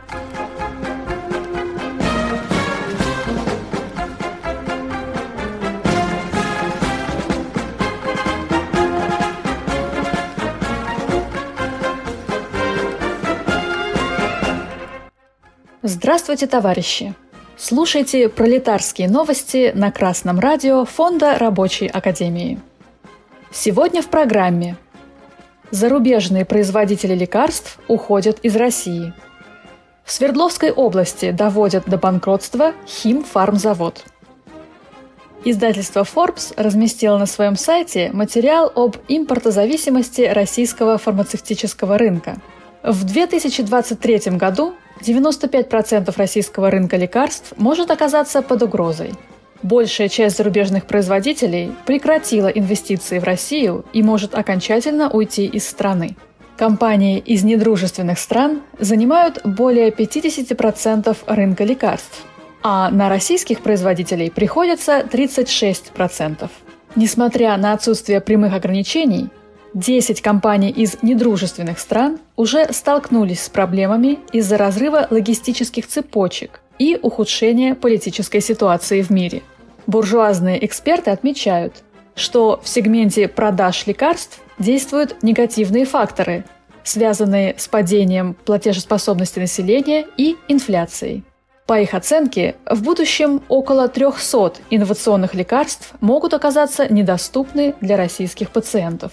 Здравствуйте, товарищи! Слушайте пролетарские новости на Красном радио Фонда Рабочей Академии. Сегодня в программе: зарубежные производители лекарств уходят из России. В Свердловской области доводят до банкротства химфармзавод. Издательство Forbes разместило на своем сайте материал об импортозависимости российского фармацевтического рынка. В 2023 году 95% российского рынка лекарств может оказаться под угрозой. Большая часть зарубежных производителей прекратила инвестиции в Россию и может окончательно уйти из страны. Компании из недружественных стран занимают более 50% рынка лекарств, а на российских производителей приходится 36%. Несмотря на отсутствие прямых ограничений, 10 компаний из недружественных стран уже столкнулись с проблемами из-за разрыва логистических цепочек и ухудшения политической ситуации в мире. Буржуазные эксперты отмечают, что в сегменте продаж лекарств действуют негативные факторы, связанные с падением платежеспособности населения и инфляцией. По их оценке, в будущем около 300 инновационных лекарств могут оказаться недоступны для российских пациентов.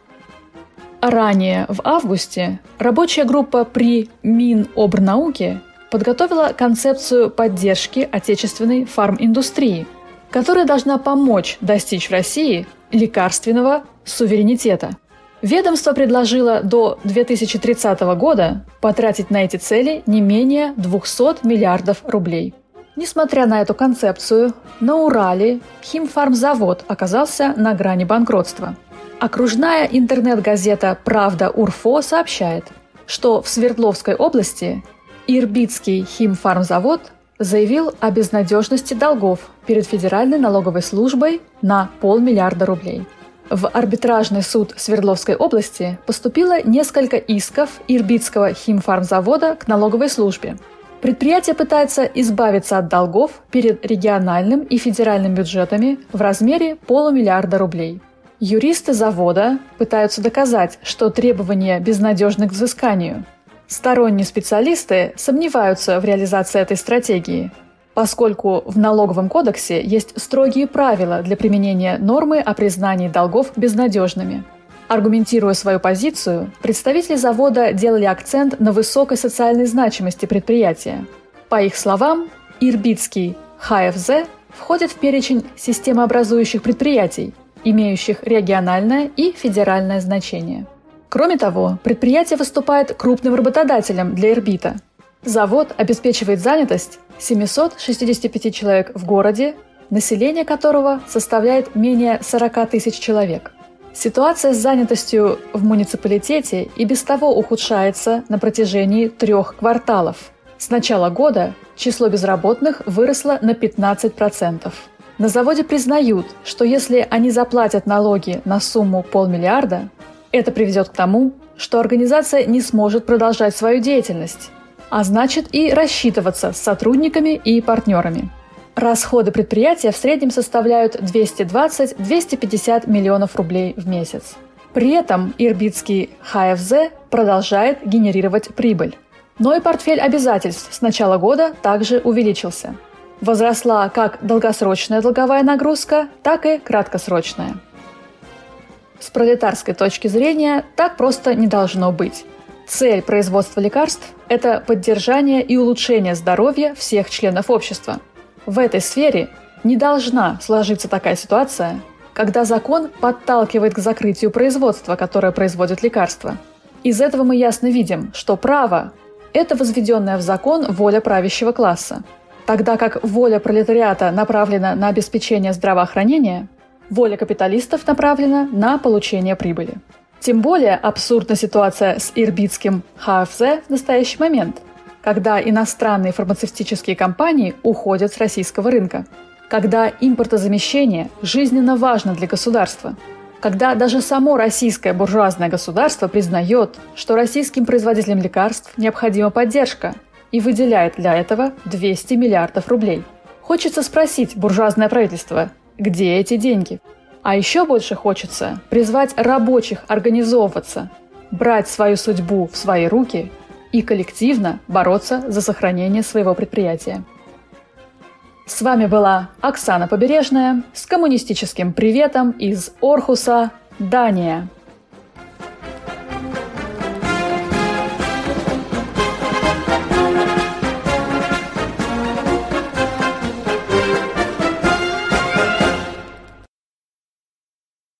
Ранее, в августе, рабочая группа при Минобрнауке подготовила концепцию поддержки отечественной фарминдустрии, которая должна помочь достичь в России лекарственного суверенитета. Ведомство предложило до 2030 года потратить на эти цели не менее 200 миллиардов рублей. Несмотря на эту концепцию, на Урале химфармзавод оказался на грани банкротства. Окружная интернет-газета «Правда.Урфо» сообщает, что в Свердловской области Ирбитский химфармзавод заявил о безнадежности долгов перед Федеральной налоговой службой на 500 миллиарда рублей. В арбитражный суд Свердловской области поступило несколько исков Ирбитского химфармзавода к налоговой службе. Предприятие пытается избавиться от долгов перед региональным и федеральным бюджетами в размере 500 миллиарда рублей. Юристы завода пытаются доказать, что требования безнадежны к взысканию. Сторонние специалисты сомневаются в реализации этой стратегии, поскольку в налоговом кодексе есть строгие правила для применения нормы о признании долгов безнадежными. Аргументируя свою позицию, представители завода делали акцент на высокой социальной значимости предприятия. По их словам, Ирбитский ХФЗ входит в перечень системообразующих предприятий, имеющих региональное и федеральное значение. Кроме того, предприятие выступает крупным работодателем для Ирбита. Завод обеспечивает занятость 765 человек в городе, население которого составляет менее 40 тысяч человек. Ситуация с занятостью в муниципалитете и без того ухудшается на протяжении 3 кварталов. С начала года число безработных выросло на 15%. На заводе признают, что если они заплатят налоги на сумму 500 миллиарда, это приведет к тому, что организация не сможет продолжать свою деятельность, а значит и рассчитываться с сотрудниками и партнерами. Расходы предприятия в среднем составляют 220-250 миллионов рублей в месяц. При этом Ирбитский ХФЗ продолжает генерировать прибыль. Но и портфель обязательств с начала года также увеличился. Возросла как долгосрочная долговая нагрузка, так и краткосрочная. С пролетарской точки зрения так просто не должно быть. Цель производства лекарств – это поддержание и улучшение здоровья всех членов общества. В этой сфере не должна сложиться такая ситуация, когда закон подталкивает к закрытию производства, которое производит лекарства. Из этого мы ясно видим, что право – это возведенная в закон воля правящего класса, тогда как воля пролетариата направлена на обеспечение здравоохранения, воля капиталистов направлена на получение прибыли. Тем более абсурдна ситуация с Ирбитским ХФЗ в настоящий момент, когда иностранные фармацевтические компании уходят с российского рынка, когда импортозамещение жизненно важно для государства, когда даже само российское буржуазное государство признает, что российским производителям лекарств необходима поддержка, и выделяет для этого 200 миллиардов рублей. Хочется спросить буржуазное правительство, где эти деньги? А еще больше хочется призвать рабочих организовываться, брать свою судьбу в свои руки и коллективно бороться за сохранение своего предприятия. С вами была Оксана Побережная с коммунистическим приветом из Орхуса, Дания.